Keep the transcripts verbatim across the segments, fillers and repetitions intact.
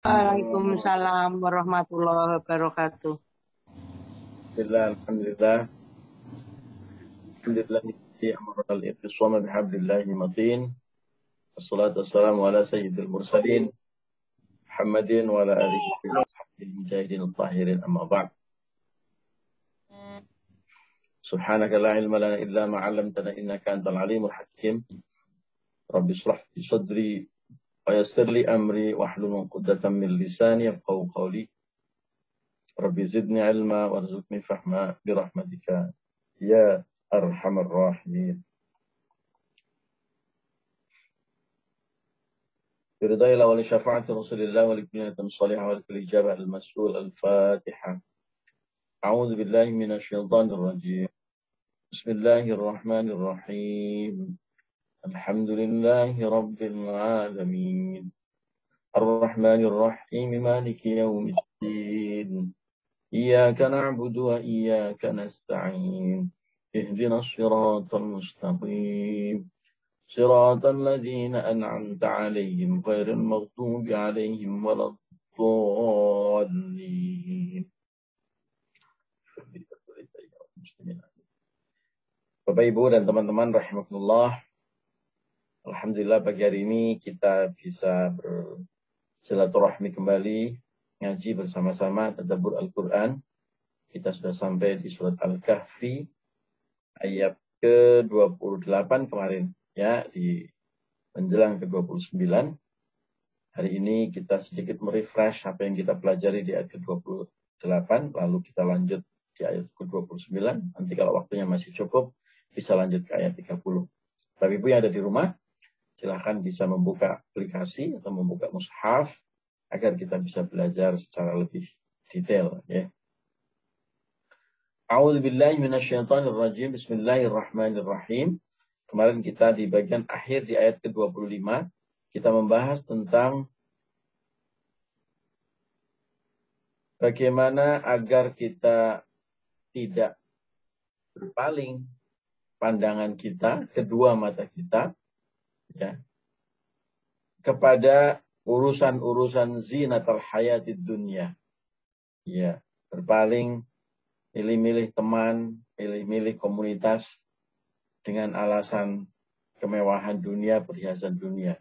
Waalaikumsalam warahmatullahi wabarakatuh. Alhamdulillah, alhamdulillah, amrul al-ittisam bihablillahi matin. Wassalatu wassalamu ala sayyidil mursalin Muhammadin wa ala alihi wa sahbihi mujahidin al-tahirin, amma ba'd. Subhanaka la ilma lana illa ma 'allamtana innaka antal alimul hakim. Rabbi shrah li sadri wa yassir li amri wahlul 'uqdatam min lisani yafqahu qawli. Rabbi zidni ilma warzuqni fahma birahmatika ya arhamar rahimin. Biridai la wali syafa'ati Rasulillah wa likuniyatam salihah wa likul ijabah al-mas'ul al-Fatihah. A'udzu billahi minasyaitonir rajim. Bismillahirrahmanirrahim. Alhamdulillahi rabbil alamin. Ar-Rahmanir Rahim, Maliki yaumiddin. Iyyaka na'budu wa iyyaka nasta'in. Ihdinas siratal mustaqim. Siratal ladzina an'amta 'alaihim ghairil maghdubi 'alaihim waladdallin. Bapak Ibu dan teman-teman rahimakumullah. Alhamdulillah pagi hari ini kita bisa bersilaturahmi kembali, ngaji bersama-sama tadabbur Al-Quran. Kita sudah sampai di surat Al-Kahfi ayat ke dua puluh delapan kemarin, ya, di menjelang ke dua puluh sembilan. Hari ini kita sedikit merefresh apa yang kita pelajari di ayat ke dua puluh delapan, lalu kita lanjut di ayat ke dua puluh sembilan. Nanti kalau waktunya masih cukup, bisa lanjut ke ayat tiga puluh. Bapak Ibu yang ada di rumah, silahkan bisa membuka aplikasi atau membuka mushaf agar kita bisa belajar secara lebih detail, ya. A'udzu billahi minasyaitonir rajim. Bismillahirrahmanirrahim. Kemarin kita di bagian akhir di ayat ke dua puluh lima, kita membahas tentang bagaimana agar kita tidak berpaling pandangan kita, kedua mata kita, ya, kepada urusan-urusan zinatul hayatid dunya. Ya, berpaling, milih-milih teman, milih-milih komunitas dengan alasan kemewahan dunia, perhiasan dunia.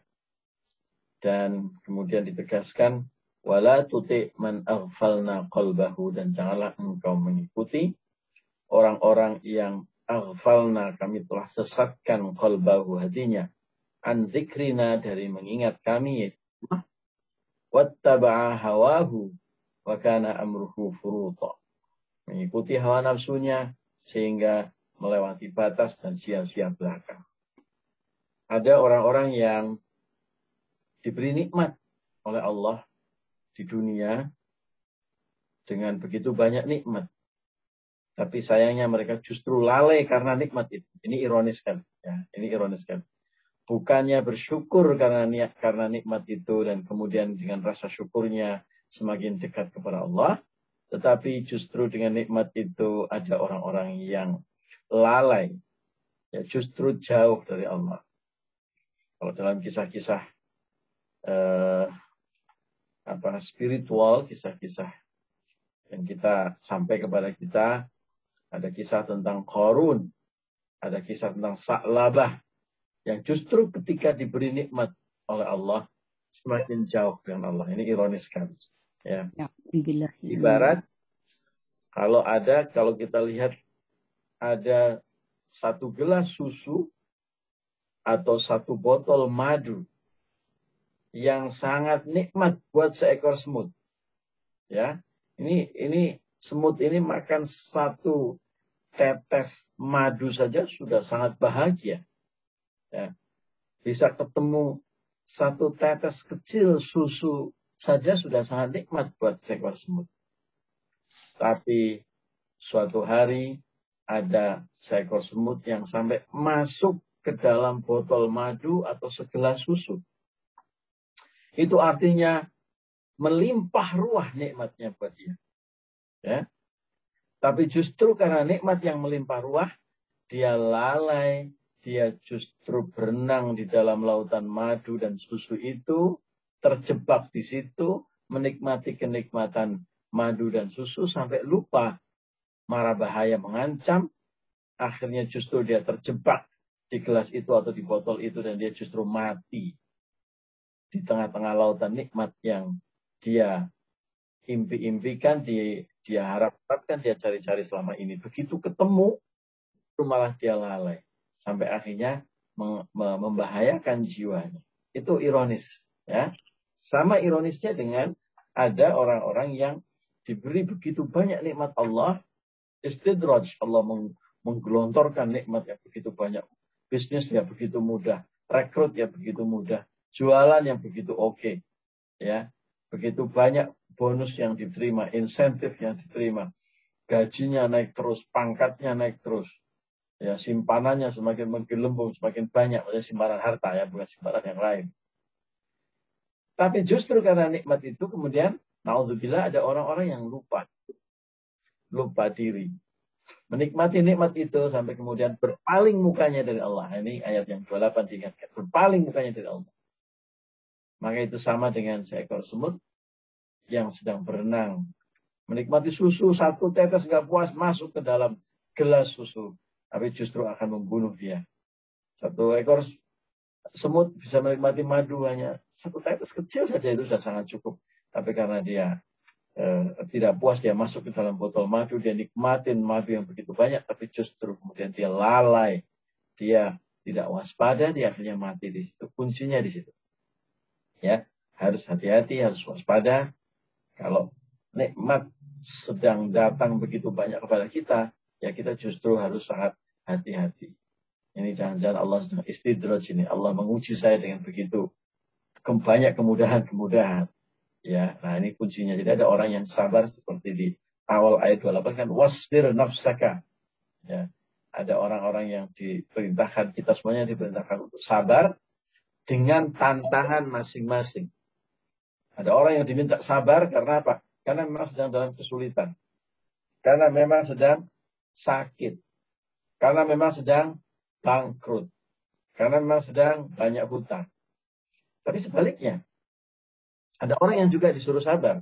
Dan kemudian ditegaskan, wala tuti man aghfalna qalbahu, dan janganlah engkau mengikuti orang-orang yang aghfalna, kami telah sesatkan, qalbahu, hatinya, an dzikrina, dari mengingat kami, wattaba'a hawahu wa kana amruhu furuta, mengikuti hawa nafsunya sehingga melewati batas dan sia-sia belaka. Ada orang-orang yang diberi nikmat oleh Allah di dunia dengan begitu banyak nikmat, tapi sayangnya mereka justru lalai karena nikmat itu. Ini ironis kan? Ya, ini ironis kan? Bukannya bersyukur karena niat karena nikmat itu dan kemudian dengan rasa syukurnya semakin dekat kepada Allah, tetapi justru dengan nikmat itu ada orang-orang yang lalai, ya, justru jauh dari Allah. Kalau dalam kisah-kisah eh, apa spiritual, kisah-kisah yang kita sampai kepada kita, ada kisah tentang Qarun, ada kisah tentang Sa'labah, yang justru ketika diberi nikmat oleh Allah semakin jauh dengan Allah. Ini ironis kan? Ya. Ibarat kalau ada, kalau kita lihat ada satu gelas susu atau satu botol madu yang sangat nikmat buat seekor semut. Ya, ini ini semut ini makan satu tetes madu saja sudah sangat bahagia. Ya, bisa ketemu satu tetes kecil susu saja sudah sangat nikmat buat seekor semut. Tapi suatu hari ada seekor semut yang sampai masuk ke dalam botol madu atau segelas susu. Itu artinya melimpah ruah nikmatnya buat dia. Ya. Tapi justru karena nikmat yang melimpah ruah, dia lalai, dia justru berenang di dalam lautan madu dan susu itu, terjebak di situ, menikmati kenikmatan madu dan susu sampai lupa mara bahaya mengancam, akhirnya justru dia terjebak di gelas itu atau di botol itu dan dia justru mati di tengah-tengah lautan nikmat yang dia impi-impikan, dia, dia harap-harapkan, dia cari-cari selama ini. Begitu ketemu, itu malah dia lalai. Sampai akhirnya membahayakan jiwanya. Itu ironis. Ya. Sama ironisnya dengan ada orang-orang yang diberi begitu banyak nikmat Allah, istidraj, Allah meng, menggelontorkan nikmat yang begitu banyak. Bisnis ya begitu mudah, rekrut ya begitu mudah, jualan yang begitu oke. Okay. Ya, begitu banyak bonus yang diterima, insentif yang diterima, gajinya naik terus, pangkatnya naik terus. Ya, simpanannya semakin menggelembung, semakin banyak, oleh simpanan harta ya, bukan simpanan yang lain. Tapi justru karena nikmat itu kemudian, naudzubillah, ada orang-orang yang lupa. Lupa diri. Menikmati nikmat itu sampai kemudian berpaling mukanya dari Allah. Ini ayat yang dua puluh delapan diingatkan. Berpaling mukanya dari Allah. Maka itu sama dengan seekor semut yang sedang berenang. Menikmati susu, satu tetes nggak puas, masuk ke dalam gelas susu. Tapi justru akan membunuh dia. Satu ekor semut bisa menikmati madu hanya satu tetes kecil saja, itu sudah sangat cukup. Tapi karena dia eh, tidak puas, dia masuk ke dalam botol madu, dia nikmatin madu yang begitu banyak, tapi justru kemudian dia lalai, dia tidak waspada, dia akhirnya mati di situ. Kuncinya di situ. Ya, harus hati-hati, harus waspada. Kalau nikmat sedang datang begitu banyak kepada kita, ya kita justru harus sangat hati-hati. Ini jangan-jangan Allah sedang istidraj ini. Allah menguji saya dengan begitu banyak kemudahan-kemudahan. Ya, nah ini kuncinya. Jadi ada orang yang sabar seperti di awal ayat dua puluh delapan kan, wasbir nafsaka. Ya, ada orang-orang yang diperintahkan, kita semuanya diperintahkan untuk sabar dengan tantangan masing-masing. Ada orang yang diminta sabar karena apa? Karena memang sedang dalam kesulitan. Karena memang sedang sakit. Karena memang sedang bangkrut. Karena memang sedang banyak hutang. Tapi sebaliknya, ada orang yang juga disuruh sabar.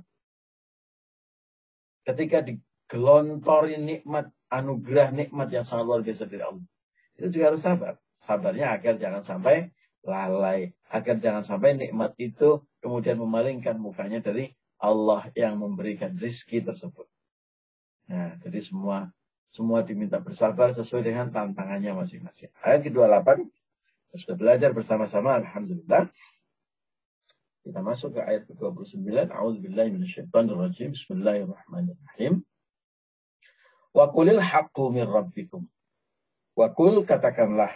Ketika digelontori nikmat, anugerah nikmat yang sangat luar biasa dari Allah. Itu juga harus sabar. Sabarnya agar jangan sampai lalai. Agar jangan sampai nikmat itu kemudian memalingkan mukanya dari Allah yang memberikan rizki tersebut. Nah, jadi semua semua diminta bersabar sesuai dengan tantangannya masing-masing. Ayat ke dua puluh delapan, kita sudah belajar bersama-sama, alhamdulillah. Kita masuk ke ayat ke dua puluh sembilan. A'udzubillahi minasyaitonirrajim. Bismillahirrahmanirrahim. Wa qulil haqqu min rabbikum. Wa qul, katakanlah,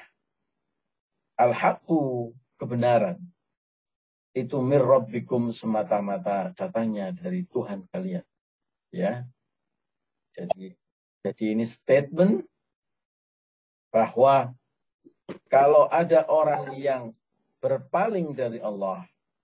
al-haqqu, kebenaran, itu min rabbikum, semata-mata datangnya dari Tuhan kalian. Ya. Jadi jadi ini statement bahwa kalau ada orang yang berpaling dari Allah,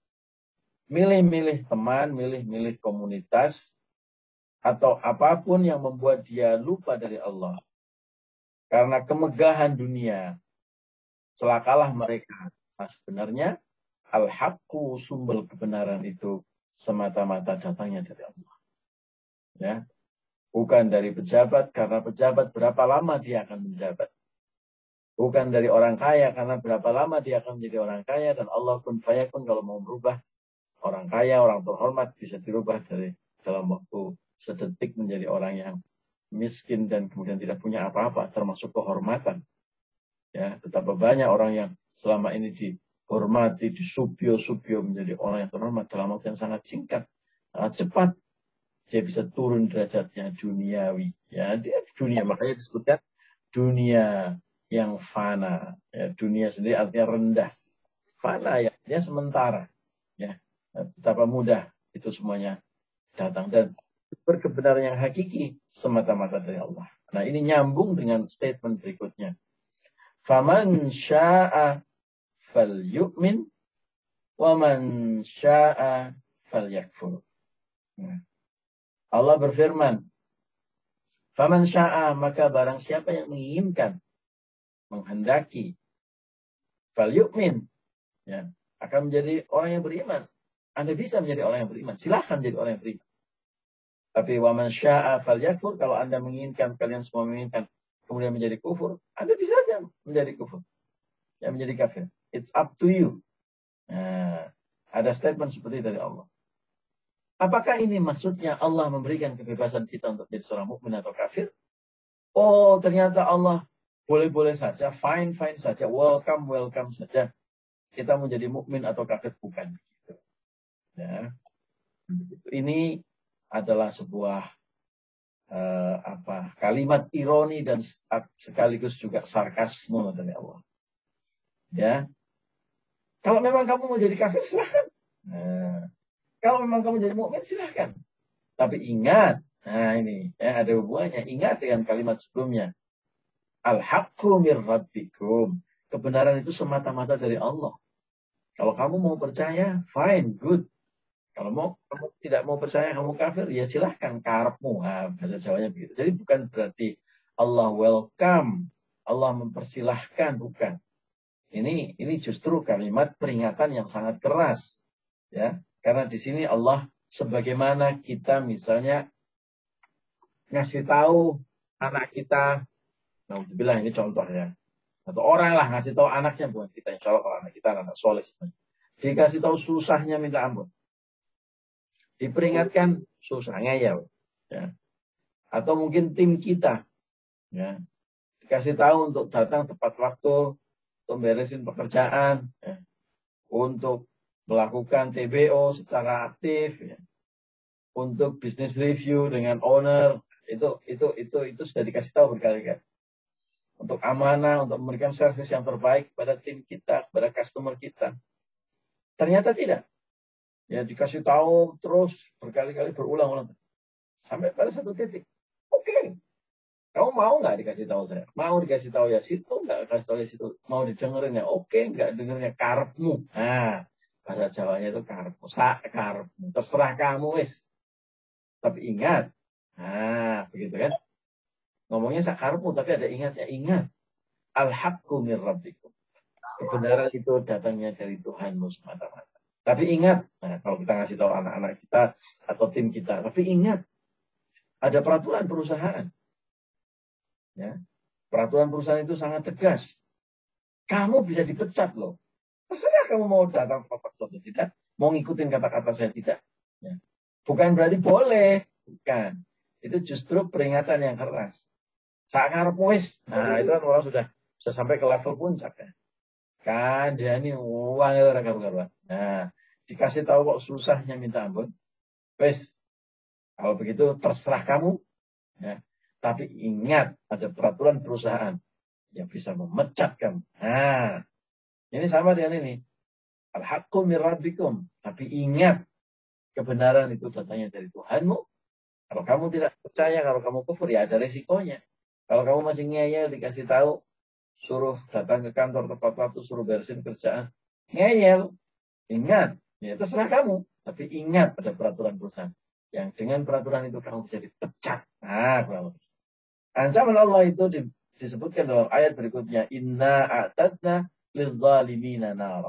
milih-milih teman, milih-milih komunitas, atau apapun yang membuat dia lupa dari Allah, karena kemegahan dunia, celakalah mereka. Nah, sebenarnya al-haqqu, sumber kebenaran itu semata-mata datangnya dari Allah. Ya. Bukan dari pejabat, karena pejabat berapa lama dia akan menjabat. Bukan dari orang kaya, karena berapa lama dia akan menjadi orang kaya. Dan Allah kun fayakun, kalau mau berubah orang kaya, orang terhormat, bisa dirubah dari dalam waktu sedetik menjadi orang yang miskin dan kemudian tidak punya apa-apa, termasuk kehormatan. Ya, betapa banyak orang yang selama ini dihormati, disubyo-subyo menjadi orang yang terhormat dalam waktu yang sangat singkat, sangat cepat. Dia bisa turun derajatnya duniawi. Ya, dia dunia, makanya disebutkan dunia yang fana. Ya, dunia sendiri artinya rendah. Fana ya, dia sementara. Ya, betapa mudah itu semuanya datang. Dan berkebenaran yang hakiki semata-mata dari Allah. Nah, ini nyambung dengan statement berikutnya. Faman sya'a fal yu'min wa man sya'a fal yakfur. Nah, Allah berfirman, faman sya'a, maka barang siapa yang menginginkan, menghendaki, fal yu'min, ya, akan menjadi orang yang beriman. Anda bisa menjadi orang yang beriman. Silahkan menjadi orang yang beriman. Tapi waman sya'a falyakfur, kalau Anda menginginkan, kalian semua menginginkan, kemudian menjadi kufur, Anda bisa saja menjadi kufur. Ya, menjadi kafir. It's up to you. Nah, ada statement seperti dari Allah. Apakah ini maksudnya Allah memberikan kebebasan kita untuk jadi seorang mukmin atau kafir? Oh, ternyata Allah boleh-boleh saja, fine-fine saja, welcome-welcome saja. Kita mau jadi mukmin atau kafir, bukan. Ya. Ini adalah sebuah uh, apa kalimat ironi dan sekaligus juga sarkasme dari Allah. Ya, kalau memang kamu mau jadi kafir silahkan. Nah, kalau memang kamu jadi mukmin silahkan. Tapi ingat, nah ini ya, ada hubungannya. Ingat dengan kalimat sebelumnya. Al-haqqu mir rabbikum. Kebenaran itu semata-mata dari Allah. Kalau kamu mau percaya, fine, good. Kalau mau kamu tidak mau percaya kamu kafir, ya silahkan karepmu. Nah, bahasa Jawanya begitu. Jadi bukan berarti Allah welcome, Allah mempersilahkan, bukan. Ini ini justru kalimat peringatan yang sangat keras, ya. Karena di sini Allah sebagaimana kita misalnya ngasih tahu anak kita, nah bilang ini contohnya, atau orang lah ngasih tahu anaknya, bukan kita, insya Allah kalau anak kita anak soleh sebenarnya. Dikasih tahu susahnya minta ampun. Diperingatkan susahnya ya, ya. Atau mungkin tim kita, ya, dikasih tahu untuk datang tepat waktu, untuk beresin pekerjaan, ya, untuk melakukan T B O secara aktif, ya, untuk business review dengan owner, itu itu itu itu sudah dikasih tahu berkali-kali. Untuk amanah, untuk memberikan service yang terbaik kepada tim kita, kepada customer kita. Ternyata tidak. Ya dikasih tahu terus berkali-kali berulang-ulang sampai pada satu titik. Oke, okay. Kamu mau nggak dikasih tahu saya? Mau dikasih tahu ya situ, nggak dikasih tahu ya situ. Mau didengerin ya? Oke, okay. Nggak dengernya karepmu. Nah, bahasa Jawanya itu karepmu, sak karepmu. Terserah kamu wis. Tapi ingat, nah begitu kan? Ngomongnya sak karepmu, tapi ada ingatnya. Ingat, al-haqqu mir rabbikum. Kebenaran itu datangnya dari Tuhanmu semata-mata. Tapi ingat, nah, kalau kita ngasih tahu anak-anak kita atau tim kita, tapi ingat, ada peraturan perusahaan. Ya, peraturan perusahaan itu sangat tegas. Kamu bisa dipecat loh. Terserah kamu mau datang tepat atau tidak, mau ngikutin kata-kata saya tidak. Ya. Bukan berarti boleh, bukan. Itu justru peringatan yang keras. Saat ngarep wis, nah itu kan orang sudah sudah sampai ke level puncak ya. Kan dia ini uang itu karuan-karuan. Nah, dikasih tahu kok susahnya minta ampun. Wes, kalau begitu terserah kamu. Ya. Tapi ingat ada peraturan perusahaan yang bisa memecat kamu. Nah, ini sama dengan ini. Al-haqqu mir rabbikum. Tapi ingat kebenaran itu datangnya dari Tuhanmu. Kalau kamu tidak percaya, kalau kamu kufur, ya ada resikonya. Kalau kamu masih ngeyel dikasih tahu, suruh datang ke kantor tepat waktu, suruh beresin kerjaan. Ngeyel. Ingat, ya terserah kamu. Tapi ingat ada peraturan perusahaan. Yang dengan peraturan itu kamu bisa dipecat. Nah, kurang lebih. Ancaman Allah itu di, disebutkan dalam ayat berikutnya. Inna a'tadna lidzalimina nara.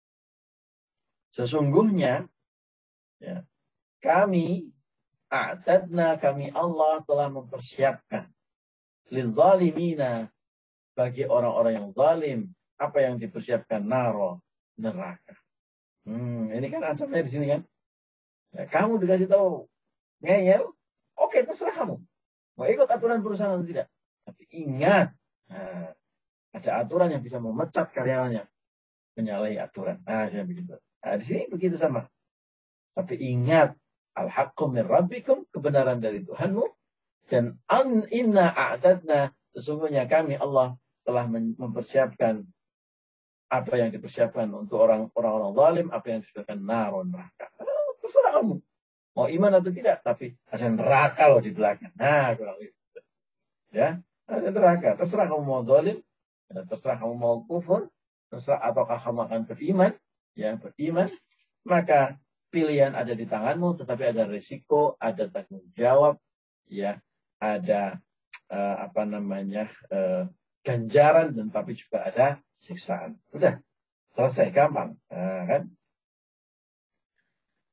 Sesungguhnya, ya, kami, a'tadna, kami Allah telah mempersiapkan. Lidzalimina, bagi orang-orang yang zalim, apa yang dipersiapkan? Naro, neraka. Hmm, ini kan ancamannya di sini kan. Ya, kamu dikasih tahu ngeyel, oke terserah kamu. Mau ikut aturan perusahaan atau tidak. Tapi ingat, nah, ada aturan yang bisa memecat karyawannya menyalahi aturan. Nah, saya begitu. Nah, di sini begitu sama. Tapi ingat, al-haqqu min rabbikum, kebenaran dari Tuhanmu, dan an inna a'tadna, sesungguhnya kami Allah telah mempersiapkan apa yang dipersiapkan untuk orang-orang zalim, apa yang dipersiapkan naron neraka. Oh, terserah kamu. Mau iman atau tidak, tapi ada neraka loh di belakang. Nah, kurang lebih. Ya, ada neraka. Terserah kamu mau zalim, terserah kamu mau kufur, terserah ataukah kamu akan beriman, ya, beriman, maka pilihan ada di tanganmu, tetapi ada risiko, ada tanggung jawab, ya, ada uh, apa namanya uh, ganjaran, dan tapi juga ada siksaan. Udah selesai, gampang, nah, kan?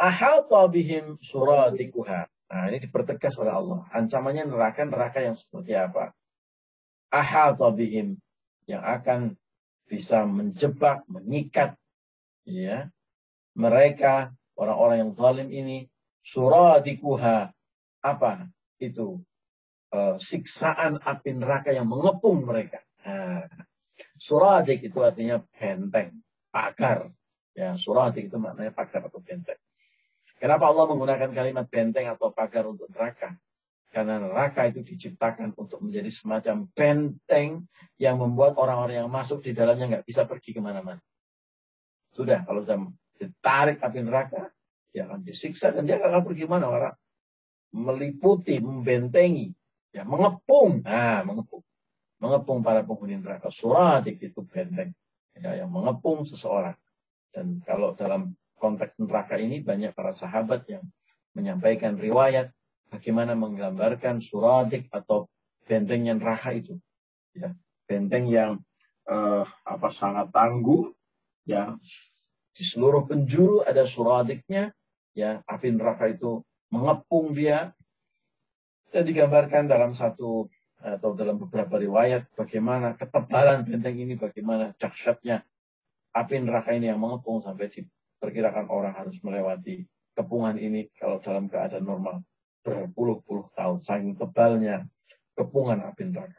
ahata bihim suradikuha. Nah, ini dipertegas oleh Allah. Ancamannya neraka-neraka yang seperti apa? Ahata bihim, yang akan bisa menjebak, mengikat ya mereka, orang-orang yang zalim ini, suradikuha. Apa itu? E, siksaan api neraka yang mengepung mereka. Nah, suradik itu artinya benteng, pagar. Ya, suradik itu maknanya pagar atau benteng. Kenapa Allah menggunakan kalimat benteng atau pagar untuk neraka? Karena neraka itu diciptakan untuk menjadi semacam benteng yang membuat orang-orang yang masuk di dalamnya nggak bisa pergi kemana-mana. Sudah, kalau sudah ditarik api neraka, dia akan disiksa dan dia nggak akan pergi mana. Orang meliputi, membentengi, ya, mengepung. Nah, mengepung. Mengepung para penghuni neraka. Suradik itu benteng ya, yang mengepung seseorang. Dan kalau dalam konteks neraka ini banyak para sahabat yang menyampaikan riwayat bagaimana menggambarkan suradik atau bentengnya neraka itu. Ya, benteng yang uh, apa sangat tangguh, ya, di seluruh penjuru ada suradiknya, ya, api neraka itu mengepung dia. Dan digambarkan dalam satu atau dalam beberapa riwayat bagaimana ketebalan benteng ini, bagaimana dahsyatnya api neraka ini yang mengepung sampai diperkirakan orang harus melewati kepungan ini kalau dalam keadaan normal berpuluh-puluh tahun. Saking tebalnya kepungan api neraka.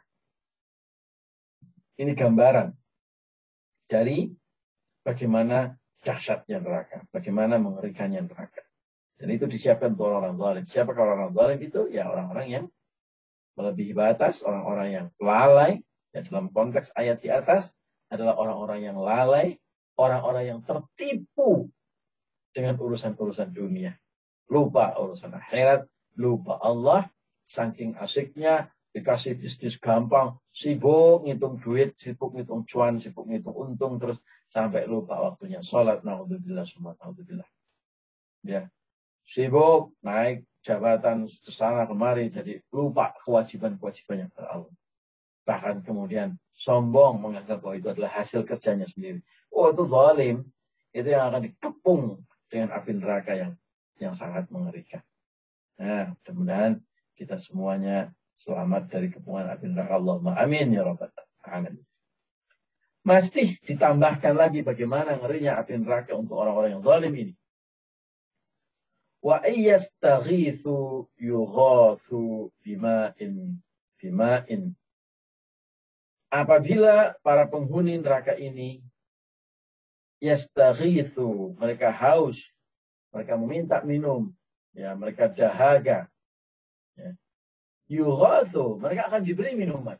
Ini gambaran dari bagaimana dahsyatnya neraka, bagaimana mengerikannya neraka. Dan itu disiapkan untuk orang-orang zalim. Siapa orang-orang zalim itu? Ya orang-orang yang melebihi batas, orang-orang yang lalai. Ya, dalam konteks ayat di atas adalah orang-orang yang lalai, orang-orang yang tertipu dengan urusan-urusan dunia. Lupa urusan akhirat, lupa Allah, saking asiknya, dikasih bisnis gampang, sibuk ngitung duit, sibuk ngitung cuan, sibuk ngitung untung, terus sampai lupa waktunya sholat, na'udzubillah, summa na'udzubillah. Ya, sibuk naik jabatan kesana kemari, jadi lupa kewajiban-kewajibannya kepada Allah. Bahkan kemudian sombong menganggap bahwa itu adalah hasil kerjanya sendiri. Oh, itu zalim. Itu yang akan dikepung dengan api neraka yang yang sangat mengerikan. Nah, mudah-mudahan kita semuanya selamat dari kepungan api neraka. Allahumma amin ya rabbal alamin. Masih ditambahkan lagi bagaimana ngerinya api neraka untuk orang-orang yang zalim ini. Wa iyastaghitsu yughatsu bima'in bima'in. Apabila para penghuni neraka ini yastaghitsu, mereka haus, mereka meminta minum, ya, mereka dahaga, ya. Yughatsu, mereka akan diberi minuman.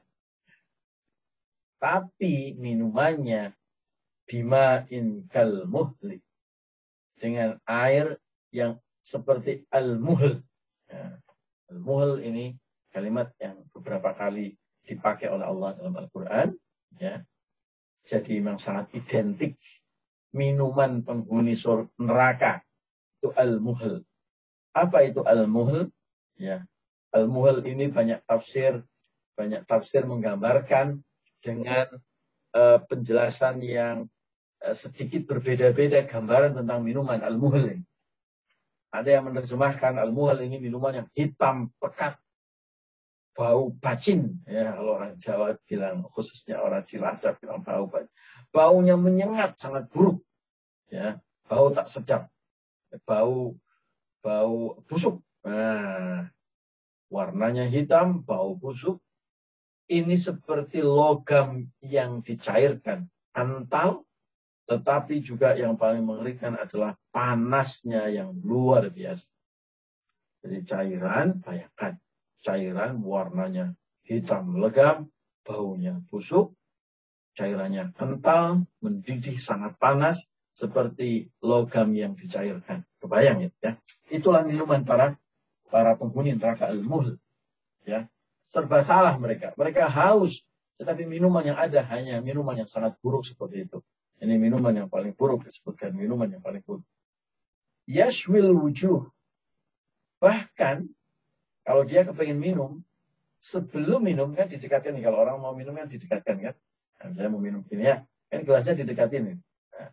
Tapi minumannya bima'in kal muhli, dengan air yang seperti al-muhl. Ya, al-muhl ini kalimat yang beberapa kali dipakai oleh Allah dalam Al-Quran, ya. Jadi memang sangat identik minuman penghuni surga neraka itu al-muhl. Apa itu al-muhl? Ya, al-muhl ini banyak tafsir, banyak tafsir menggambarkan dengan uh, penjelasan yang uh, sedikit berbeda-beda gambaran tentang minuman al-muhl ini. Ada yang menerjemahkan al-muhl ini minuman yang hitam pekat, bau bacin, ya, kalau orang Jawa bilang, khususnya orang Cilacap bilang bau bacin. Baunya menyengat, sangat buruk, ya, bau tak sedap, bau bau busuk. Nah, warnanya hitam, bau busuk. Ini seperti logam yang dicairkan, kental, tetapi juga yang paling mengerikan adalah panasnya yang luar biasa. Jadi cairan, bayangkan. Cairan warnanya hitam legam, baunya busuk, cairannya kental, mendidih, sangat panas, seperti logam yang dicairkan. Kebayang ya? Itulah minuman para para penghuni neraka al-muhl. Ya, serba salah mereka. Mereka haus, tetapi minuman yang ada hanya minuman yang sangat buruk seperti itu. Ini minuman yang paling buruk, disebutkan minuman yang paling buruk. Yashwil wujuh. Bahkan kalau dia kepengen minum, sebelum minum kan didekatkan nih. Kalau orang mau minum kan didekatkan kan. Nah, saya mau minum gini ya, kan gelasnya didekatin nih. Nah,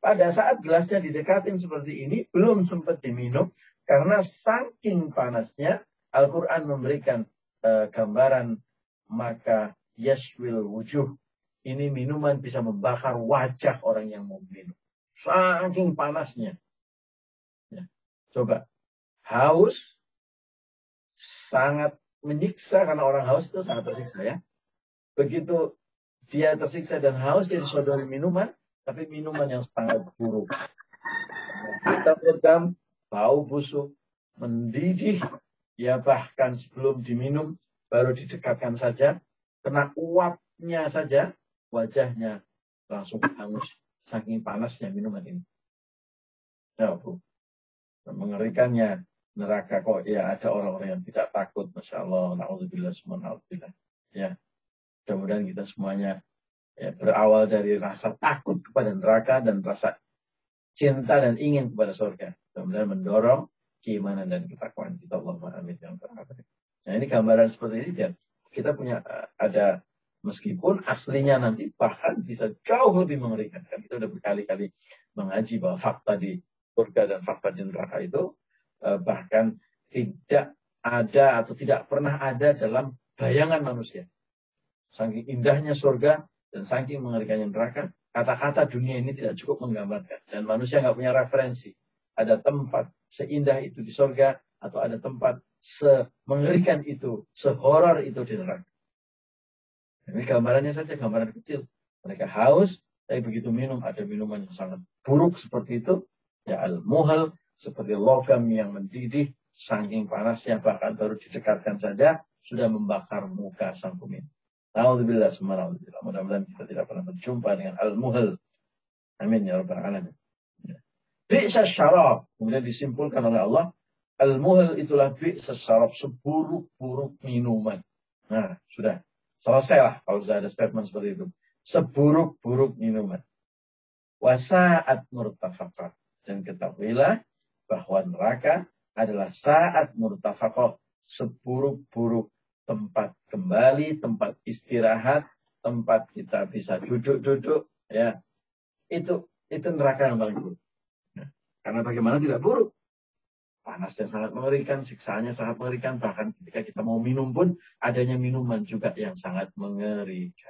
pada saat gelasnya didekatin seperti ini, belum sempat diminum, karena saking panasnya, Al-Quran memberikan uh, gambaran, maka yashwil wujuh. Ini minuman bisa membakar wajah orang yang mau minum. Saking panasnya. Ya. Coba, haus sangat menyiksa, karena orang haus itu sangat tersiksa ya. Begitu dia tersiksa dan haus, dia disodori minuman, tapi minuman yang sangat buruk. Kita pegang, bau busuk, mendidih, ya bahkan sebelum diminum, baru didekatkan saja, kena uapnya saja, wajahnya langsung hangus, saking panasnya minuman ini. Ya Bu, mengerikannya neraka kok, ya ada orang-orang yang tidak takut, Masya Allah, na'udzubillah, subhanallah. Ya, mudah-mudahan kita semuanya ya, berawal dari rasa takut kepada neraka dan rasa cinta dan ingin kepada surga. Mudah-mudahan mendorong keimanan dan ketakwaan kita. Allahumma amin. Nah ini gambaran seperti ini dan kita punya ada, meskipun aslinya nanti bahkan bisa jauh lebih mengerikan. Kita sudah berkali-kali mengaji bahwa fakta di surga dan fakta di neraka itu bahkan tidak ada atau tidak pernah ada dalam bayangan manusia. Saking indahnya surga dan saking mengerikannya neraka, kata-kata dunia ini tidak cukup menggambarkan. Dan manusia nggak punya referensi. Ada tempat seindah itu di surga, atau ada tempat semengerikan itu, sehoror itu di neraka. Ini gambarannya saja, gambaran kecil. Mereka haus, tapi begitu minum, ada minuman yang sangat buruk seperti itu. Ya al-muhal, seperti logam yang mendidih, saking panasnya, bahkan baru didekatkan saja, sudah membakar muka sang peminum. Alhamdulillah, subhanallah. Mudah-mudahan kita tidak pernah berjumpa dengan al-muhal. Amin ya rabbal alamin. Bi'sa syarab. Kemudian disimpulkan oleh Allah, al-muhal itulah bi'sa syarab, seburuk-buruk minuman. Nah, sudah selesai lah kalau sudah ada statement seperti itu. Seburuk-buruk minuman. Wasa'at murtafaqah. Dan ketahuilah bahwa neraka adalah saat murtafaqah, seburuk-buruk tempat kembali, tempat istirahat, tempat kita bisa duduk-duduk, ya. Itu itu neraka yang paling buruk. Nah, karena bagaimana tidak buruk? Panas yang sangat mengerikan, siksaannya sangat mengerikan, bahkan ketika kita mau minum pun adanya minuman juga yang sangat mengerikan.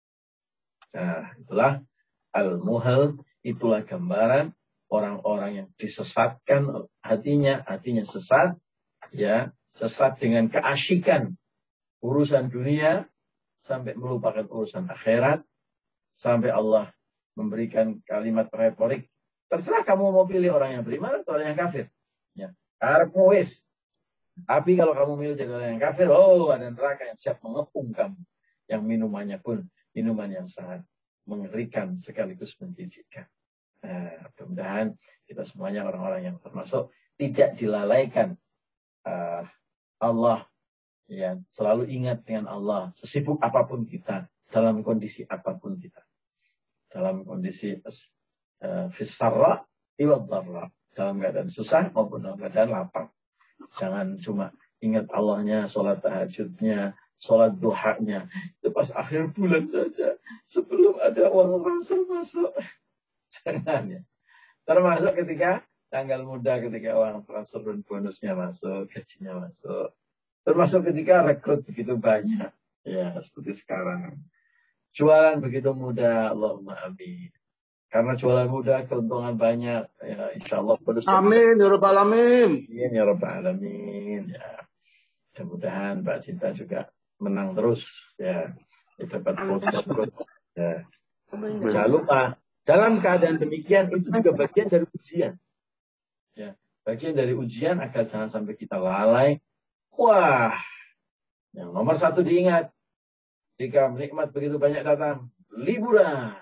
Nah, itulah al-muhal, itulah gambaran orang-orang yang disesatkan hatinya, hatinya sesat, ya, sesat dengan keasyikan urusan dunia sampai melupakan urusan akhirat, sampai Allah memberikan kalimat retorik, terserah kamu mau pilih orang yang beriman atau orang yang kafir. Ya, karepmu wis. Tapi kalau kamu milih jadi orang yang kafir, oh ada neraka yang siap mengepung kamu. Yang minumannya pun minuman yang sangat mengerikan sekaligus menjijikkan. Nah, mudah-mudahan kita semuanya orang-orang yang termasuk tidak dilalaikan uh, Allah. Ya, selalu ingat dengan Allah, sesibuk apapun kita, dalam kondisi apapun kita. Dalam kondisi uh, fisarra, iwaddarra. Dalam keadaan susah maupun dalam keadaan lapang. Jangan cuma ingat Allahnya, sholat tahajudnya, sholat duhanya. Itu pas akhir bulan saja. Sebelum ada uang ransel masuk. Jangan ya. Termasuk ketika tanggal muda, ketika uang transfer dan bonusnya masuk, gajinya masuk. Termasuk ketika rekrut begitu banyak. Ya, seperti sekarang. Jualan begitu mudah. Allahumma amin. Karena jualan mudah, keuntungan banyak. Ya, insya Allah. Amin. Ya Rabbal Alamin. Amin. Ya Rabbal Alamin. Ya. Mudah-mudahan Mbak Cinta juga menang terus. Ya. Dia dapat voucher terus. Ya. Jangan lupa. Dalam keadaan demikian, itu juga bagian dari ujian. Ya. Bagian dari ujian agar jangan sampai kita lalai. Wah, yang nomor satu diingat, jika nikmat begitu banyak datang, liburan.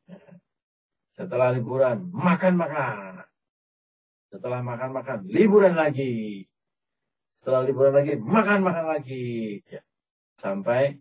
Setelah liburan, makan-makan. Setelah makan-makan, liburan lagi. Setelah liburan lagi, makan-makan lagi. Ya. Sampai,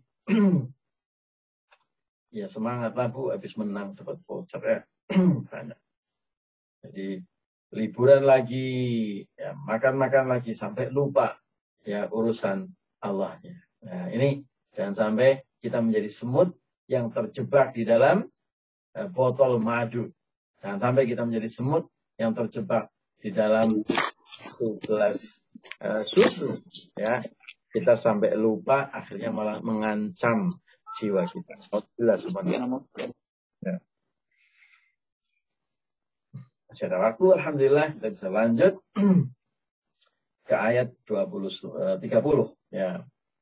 ya semangatlah Bu, habis menang dapat voucher ya. Banyak. Jadi, liburan lagi, ya makan-makan lagi, sampai lupa. Ya urusan Allahnya. Nah ini jangan sampai kita menjadi semut yang terjebak di dalam uh, botol madu. Jangan sampai kita menjadi semut yang terjebak di dalam satu gelas uh, susu, ya. Kita sampai lupa, akhirnya malah mengancam jiwa kita. Alhamdulillah, subhanallah. Ya. Masih ada waktu, alhamdulillah, kita bisa lanjut ke ayat dua puluh, tiga puluh. Ya.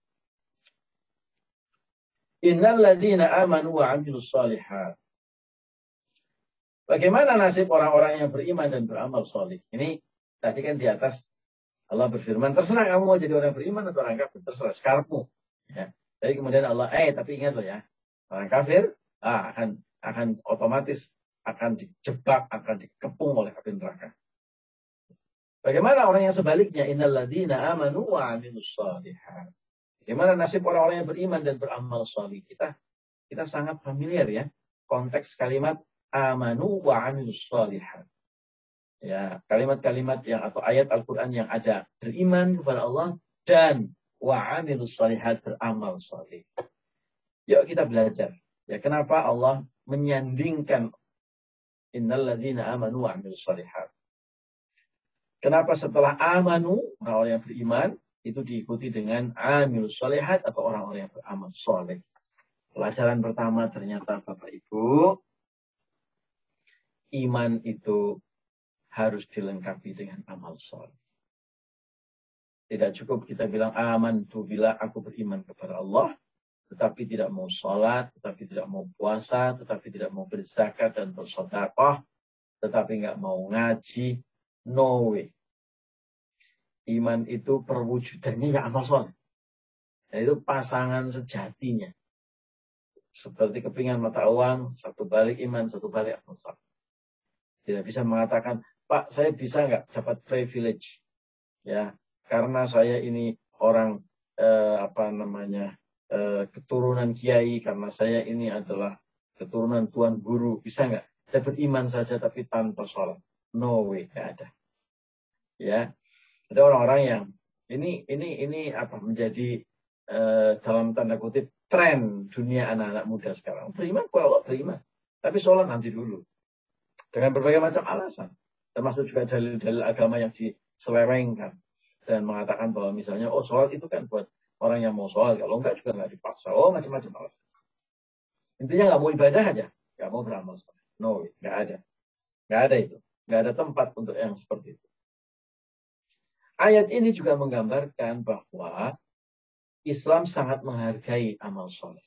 Innal ladzina amanu wa 'amilus shalihat. Bagaimana nasib orang-orang yang beriman dan beramal soleh? Ini tadi kan di atas Allah berfirman, terserah kamu mau jadi orang beriman atau orang kafir, terserah sekarangmu. Ya. Jadi kemudian Allah, eh tapi ingat loh ya, orang kafir ah, akan akan otomatis akan dijebak, akan dikepung oleh api neraka. Bagaimana orang yang sebaliknya? Innal ladzina amanu wa 'amilus shalihat. Bagaimana nasib orang-orang yang beriman dan beramal soleh? Kita kita sangat familiar ya konteks kalimat amanu wa 'amilus shalihat. Ya, kalimat-kalimat yang atau ayat Al-Qur'an yang ada beriman kepada Allah dan wa 'amilus shalihat, beramal saleh. Yuk kita belajar. Ya, kenapa Allah menyandingkan innal ladzina amanu wa 'amilus shalihat? Kenapa setelah amanu, orang-orang yang beriman, itu diikuti dengan 'amilus shalihat atau orang-orang yang beramal saleh? Pelajaran pertama ternyata Bapak Ibu, iman itu harus dilengkapi dengan amal soleh. Tidak cukup kita bilang aman tuh bila aku beriman kepada Allah, tetapi tidak mau sholat, tetapi tidak mau puasa, tetapi tidak mau berzakat dan bersedekah, tetapi nggak mau ngaji. No way. Iman itu perwujudannya ya amal soleh. Dan itu pasangan sejatinya. Seperti kepingan mata uang, satu balik iman, satu balik amal soleh. Tidak bisa mengatakan, Pak, saya bisa nggak dapat privilege, ya, karena saya ini orang eh, apa namanya eh, keturunan kiai, karena saya ini adalah keturunan tuan guru, bisa nggak? Saya beriman saja tapi tanpa sholat. No way, nggak ada. Ya, ada orang-orang yang ini ini ini apa menjadi eh, dalam tanda kutip tren dunia anak-anak muda sekarang. Beriman, kalau beriman, tapi sholat nanti dulu. Dengan berbagai macam alasan. Termasuk juga dalil-dalil agama yang diselewengkan. Dan mengatakan bahwa misalnya, oh sholat itu kan buat orang yang mau sholat. Kalau enggak juga enggak dipaksa. Oh macam-macam alasan. Intinya enggak mau ibadah aja. Enggak mau beramal sholat. No, enggak ada. Enggak ada itu. Enggak ada tempat untuk yang seperti itu. Ayat ini juga menggambarkan bahwa Islam sangat menghargai amal sholat.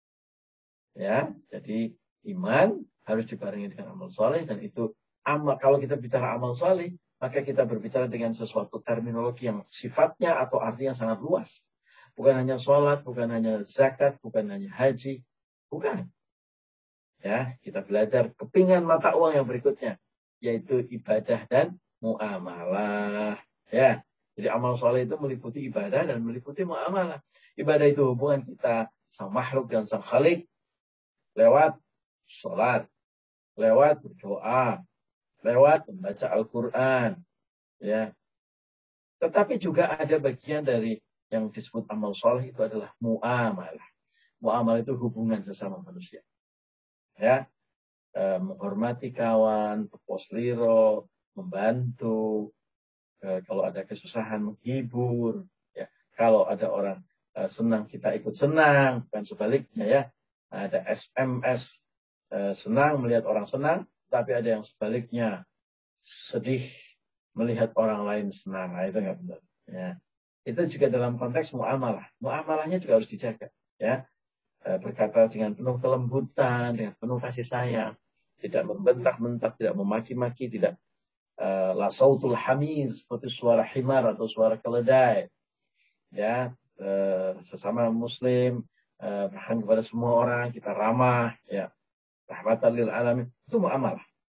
Ya, jadi iman harus dibarengi dengan amal soleh, dan itu amal. Kalau kita bicara amal soleh, maka kita berbicara dengan sesuatu terminologi yang sifatnya atau artinya sangat luas. Bukan hanya sholat, bukan hanya zakat, bukan hanya haji, bukan. Ya, kita belajar kepingan mata uang yang berikutnya, yaitu ibadah dan muamalah. Ya, jadi amal soleh itu meliputi ibadah dan meliputi muamalah. Ibadah itu hubungan kita sama makhluk dan sang khalik lewat sholat, lewat berdoa, lewat membaca Al-Quran, ya. Tetapi juga ada bagian dari yang disebut amal soleh itu adalah muamalah. Muamalah itu hubungan sesama manusia, ya, e, menghormati kawan, berposliro, membantu, e, kalau ada kesusahan menghibur, ya. Kalau ada orang e, senang kita ikut senang, bukan sebaliknya, ya. Ada S M S. Senang melihat orang senang, tapi ada yang sebaliknya sedih melihat orang lain senang. Nah, itu nggak benar. Ya. Itu juga dalam konteks muamalah. Muamalahnya juga harus dijaga. Ya. Berkata dengan penuh kelembutan, dengan penuh kasih sayang, tidak membentak-bentak, tidak memaki-maki, tidak uh, la sautul hamir, seperti suara himar atau suara keledai. Ya, uh, sesama Muslim, uh, bahkan kepada semua orang kita ramah. Ya. Rahmatan lil alamin, itu muamalah.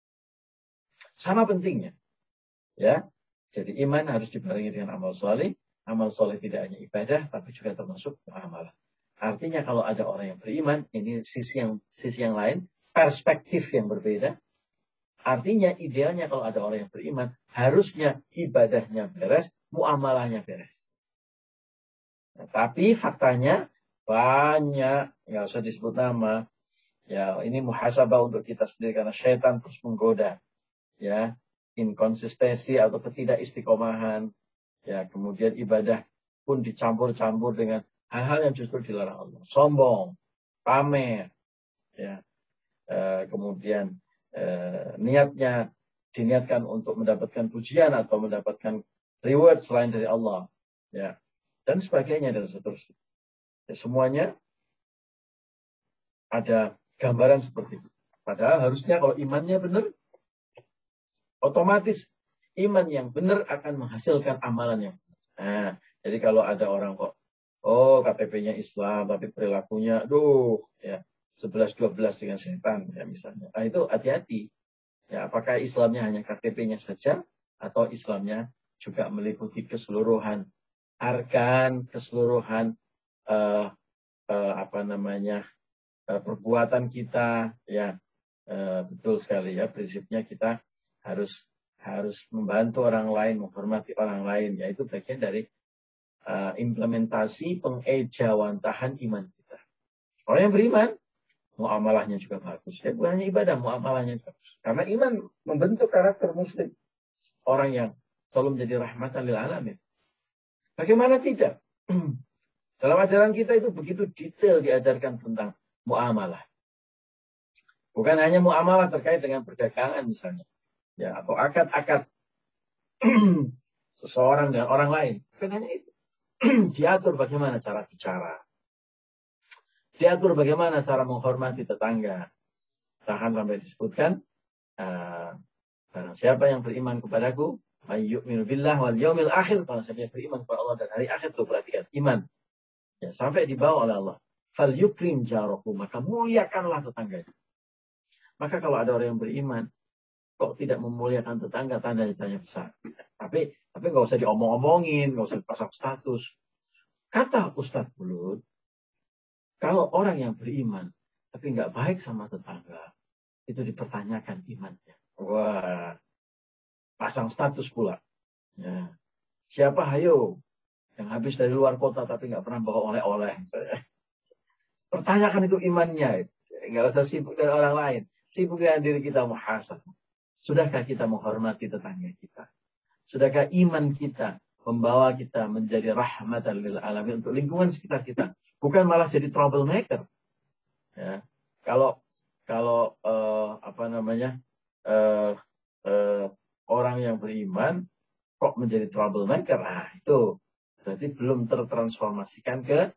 Sama pentingnya. Ya. Jadi iman harus dibarengi dengan amal soleh. Amal soleh tidak hanya ibadah, tapi juga termasuk muamalah. Artinya kalau ada orang yang beriman, ini sisi yang sisi yang lain, perspektif yang berbeda. Artinya idealnya kalau ada orang yang beriman, harusnya ibadahnya beres, muamalahnya beres. Nah, tapi faktanya banyak, nggak usah disebut nama, Ya, ini muhasabah untuk kita sendiri karena syaitan terus menggoda. Ya, inkonsistensi atau ketidakistiqomahan. Ya, kemudian ibadah pun dicampur-campur dengan hal-hal yang justru dilarang Allah. Sombong, pamer, ya. E, kemudian e, niatnya diniatkan untuk mendapatkan pujian atau mendapatkan reward selain dari Allah. Ya, dan sebagainya dan seterusnya. Ya, semuanya ada gambaran seperti itu. Padahal harusnya kalau imannya benar, otomatis iman yang benar akan menghasilkan amalan yang benar. Nah, jadi kalau ada orang kok, oh K T P-nya Islam, tapi perilakunya, aduh, ya sebelas dua belas dengan setan, ya misalnya. Nah, itu hati-hati. Ya, apakah Islamnya hanya K T P-nya saja, atau Islamnya juga meliputi keseluruhan arkan, keseluruhan uh, uh, apa namanya, perbuatan kita, ya e, betul sekali ya, prinsipnya kita harus harus membantu orang lain, menghormati orang lain, yaitu bagian dari e, implementasi pengejawantahan iman kita. Orang yang beriman, muamalahnya juga bagus. Ya, bukan hanya ibadah, muamalahnya bagus. Karena iman membentuk karakter muslim, orang yang selalu menjadi rahmatan lil alamin. Bagaimana tidak? Dalam ajaran kita itu begitu detail diajarkan tentang muamalah. Bukan hanya muamalah terkait dengan perdagangan misalnya. Ya, atau akad-akad seseorang dengan orang lain. Bukan hanya itu. Diatur bagaimana cara bicara. Diatur bagaimana cara menghormati tetangga. Bahkan sampai disebutkan, uh, barang siapa yang beriman kepadaku, mayyu'minu billah wal yaumil akhir. Barang siapa yang beriman kepada Allah dan hari akhir, itu perhatikan. Iman. Ya, sampai dibawa oleh Allah. Fal yukrim jarahu, maka muliakanlah tetangganya. Maka kalau ada orang yang beriman, kok tidak memuliakan tetangga, tanda tanya besar. Tapi tapi nggak usah diomong-omongin, nggak usah dipasang status. Kata Ustadz Bulut, kalau orang yang beriman, tapi nggak baik sama tetangga, itu dipertanyakan imannya. Wah, pasang status pula. Ya. Siapa hayo yang habis dari luar kota tapi nggak pernah bawa oleh-oleh? Pertanyakan itu imannya. Nggak usah sibuk dengan orang lain. Sibuk dengan diri kita muhasabah. Sudahkah kita menghormati tetangga kita? Sudahkah iman kita membawa kita menjadi rahmatan lil alamin untuk lingkungan sekitar kita? Bukan malah jadi troublemaker. Ya. Kalau kalau uh, apa namanya uh, uh, orang yang beriman kok menjadi troublemaker, nah itu berarti belum tertransformasikan ke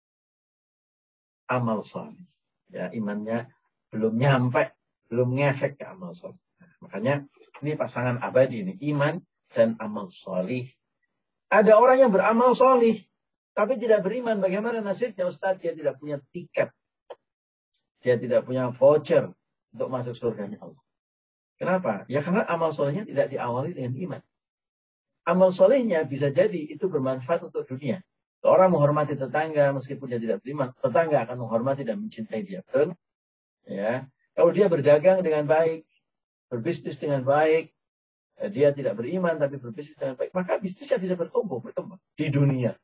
amal salih. Ya, imannya belum nyampe, belum ngefek ke amal salih. Nah, makanya ini pasangan abadi ini, iman dan amal salih. Ada orang yang beramal salih tapi tidak beriman, bagaimana nasibnya Ustaz? Dia tidak punya tiket. Dia tidak punya voucher untuk masuk surganya Allah. Kenapa? Ya karena amal salihnya tidak diawali dengan iman. Amal salihnya bisa jadi itu bermanfaat untuk dunia. Orang menghormati tetangga meskipun dia tidak beriman, tetangga akan menghormati dan mencintai dia. Betul? Ya. Kalau dia berdagang dengan baik, berbisnis dengan baik, dia tidak beriman tapi berbisnis dengan baik, maka bisnisnya bisa bertumbuh, berkembang di dunia.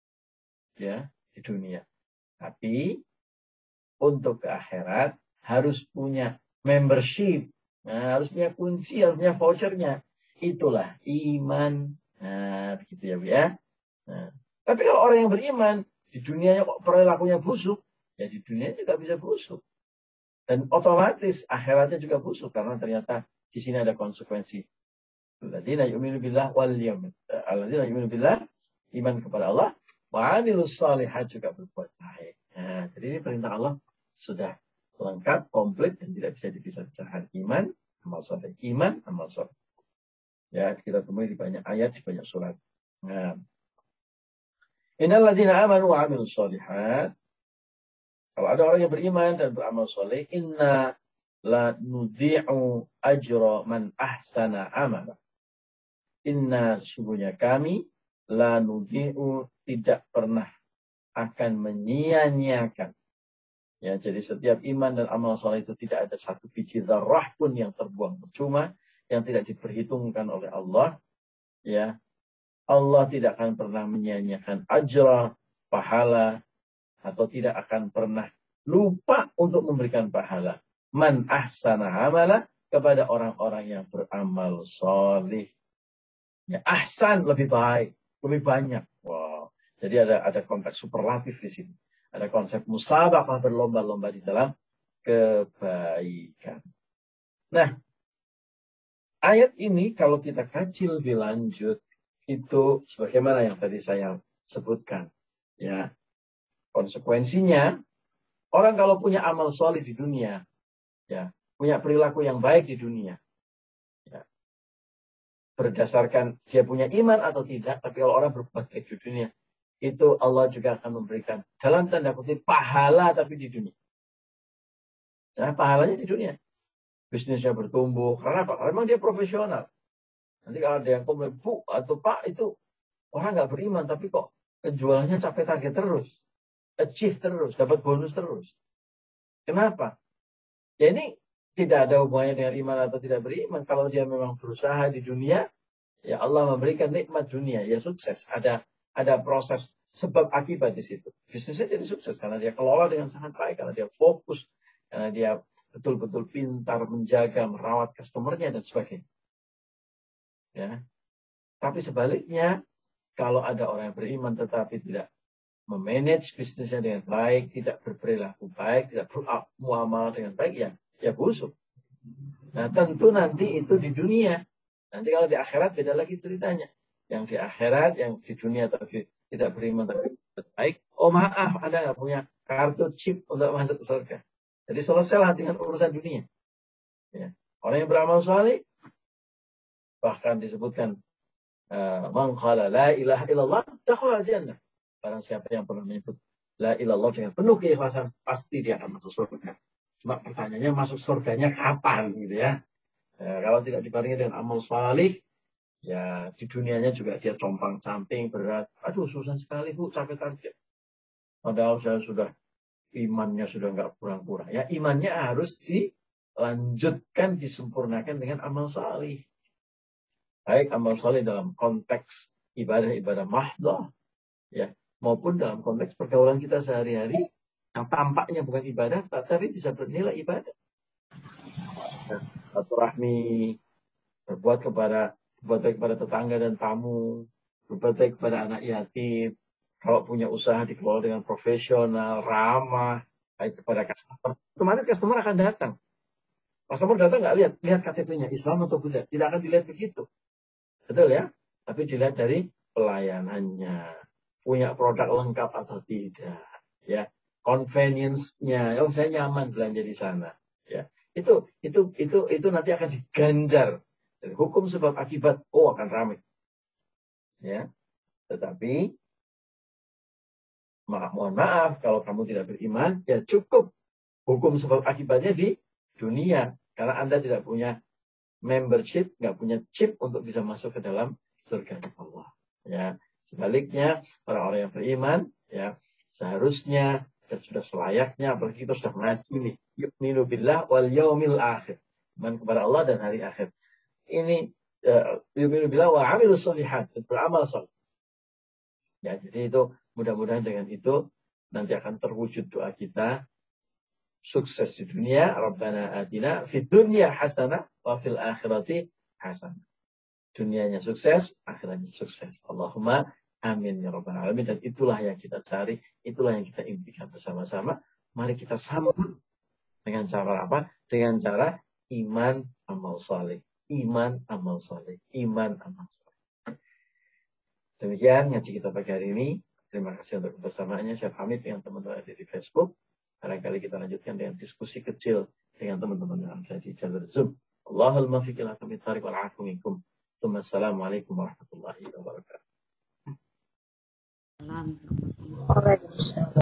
Ya, di dunia. Tapi untuk ke akhirat harus punya membership, nah, harus punya kunci, harus punya vouchernya. Itulah iman. Nah, begitu ya, Bu ya. Nah, tapi kalau orang yang beriman, di dunianya kok perilakunya busuk, ya di dunia juga bisa busuk. Dan otomatis akhiratnya juga busuk, karena ternyata di sini ada konsekuensi. Alladzina yu'minu billah wal yaumil akhir. Alladzina yu'minu billah, iman kepada Allah, wa 'amilus shalihat, juga berbuat baik. Nah, jadi ini perintah Allah sudah lengkap, komplit, dan tidak bisa dipisah-pisahkan. Iman, amal saleh. Iman, amal saleh. Ya, kita temui di banyak ayat, di banyak surat. Nah, innal ladzina amanu wa 'amilus shalihat. Kalau ada orang yang beriman dan beramal soleh, inna la nudhi'u ajra man ahsana amala. Inna, sesungguhnya kami, la nudhi'u, tidak pernah akan menyia-nyiakan. Ya, jadi setiap iman dan amal soleh itu tidak ada satu biji zarrah pun yang terbuang percuma, yang tidak diperhitungkan oleh Allah. Ya, Allah tidak akan pernah menyia-nyiakan ajra, pahala, atau tidak akan pernah lupa untuk memberikan pahala. Man ahsana amala, kepada orang-orang yang beramal solih. Ya, ahsan lebih baik, lebih banyak. Wow. Jadi ada ada konteks superlatif di sini. Ada konsep musabaqah, berlomba-lomba di dalam kebaikan. Nah, ayat ini kalau kita kaji lebih lanjut, itu sebagaimana yang tadi saya sebutkan. Ya, konsekuensinya, orang kalau punya amal solih di dunia, ya, punya perilaku yang baik di dunia, ya, berdasarkan dia punya iman atau tidak, tapi kalau orang berbuat baik di dunia, itu Allah juga akan memberikan dalam tanda kutip pahala tapi di dunia. Nah, pahalanya di dunia. Bisnisnya bertumbuh. Karena apa? Karena memang dia profesional. Nanti kalau ada yang komplain, Bu atau Pak, itu orang nggak beriman, tapi kok penjualannya capai target terus. Achieve terus, dapat bonus terus. Kenapa? Ya ini tidak ada hubungannya dengan iman atau tidak beriman. Kalau dia memang berusaha di dunia, ya Allah memberikan nikmat dunia, ya sukses. Ada ada proses sebab akibat di situ. Bisnisnya jadi sukses karena dia kelola dengan sangat baik, karena dia fokus, karena dia betul-betul pintar menjaga, merawat customernya dan sebagainya. Ya. Tapi sebaliknya, kalau ada orang yang beriman tetapi tidak memanage bisnisnya dengan baik, tidak berperilaku baik, tidak bermuamalah dengan baik, ya, ya busuk. Nah, tentu nanti itu di dunia. Nanti kalau di akhirat beda lagi ceritanya. Yang di akhirat, yang di dunia tapi tidak beriman tapi baik. Oh maaf, Anda nggak punya kartu chip untuk masuk ke surga. Jadi selesailah dengan urusan dunia. Ya. Orang yang beramal saleh, bahkan disebutkan, man qala la ilaha illallah dakhala jannah. Barang siapa yang pernah menyebut la ilallah dengan penuh keikhlasan, pasti dia akan masuk surga. Cuma pertanyaannya, masuk surganya kapan gitu ya. Ya, kalau tidak dibarengi dengan amal salih, ya di dunianya juga dia compang-camping, berat. Aduh susah sekali Bu, capek target. Padahal saya sudah, imannya sudah nggak kurang-kurang. Ya imannya harus dilanjutkan, disempurnakan dengan amal salih. Baik amal salih dalam konteks ibadah-ibadah mahdoh, ya, maupun dalam konteks pergaulan kita sehari-hari yang tampaknya bukan ibadah, tapi bisa bernilai ibadah. Silaturahmi, berbuat kepada berbuat baik kepada tetangga dan tamu, berbuat baik kepada anak yatim. Kalau punya usaha dikelola dengan profesional, ramah, baik kepada customer, otomatis customer akan datang. Customer datang nggak lihat, lihat K T P-nya Islam atau tidak, tidak akan dilihat begitu, betul ya? Tapi dilihat dari pelayanannya, punya produk lengkap atau tidak, ya, convenience-nya, oh saya nyaman belanja di sana, ya, itu itu itu itu nanti akan diganjar. Dan hukum sebab akibat, oh akan ramai, ya. Tetapi maaf, mohon maaf, kalau kamu tidak beriman, ya cukup hukum sebab akibatnya di dunia, karena Anda tidak punya membership, nggak punya chip untuk bisa masuk ke dalam surga Allah. Ya, sebaliknya orang-orang yang beriman, ya seharusnya dan sudah selayaknya, apalagi kita sudah ngaji nih, yu'minu billah wal yaumil akhir, iman kepada Allah dan hari akhir. Ini yu'minu billah wa amilus sholihat, beramal saleh. Ya, jadi itu mudah-mudahan dengan itu nanti akan terwujud doa kita. Sukses di dunia, Rabbana atina fid dunya hasanah wa fil akhirati hasanah. Dunianya sukses, akhiratnya sukses. Allahumma amin ya rabbal alamin. Dan itulah yang kita cari, itulah yang kita impikan bersama-sama. Mari kita sambut dengan cara apa? Dengan cara iman amal saleh. Iman amal saleh. Iman amal saleh. Demikian ngaji kita pagi hari ini. Terima kasih untuk kebersamaannya. Saya pamit dengan teman-teman ada di Facebook. Barangkali kita lanjutkan dengan diskusi kecil dengan teman-teman yang ada di jalur Zoom. Allahul muwaffiq ila aqwamit thariq wal 'afwu minkum. Assalamualaikum warahmatullahi wabarakatuh. Waalaikumsalam.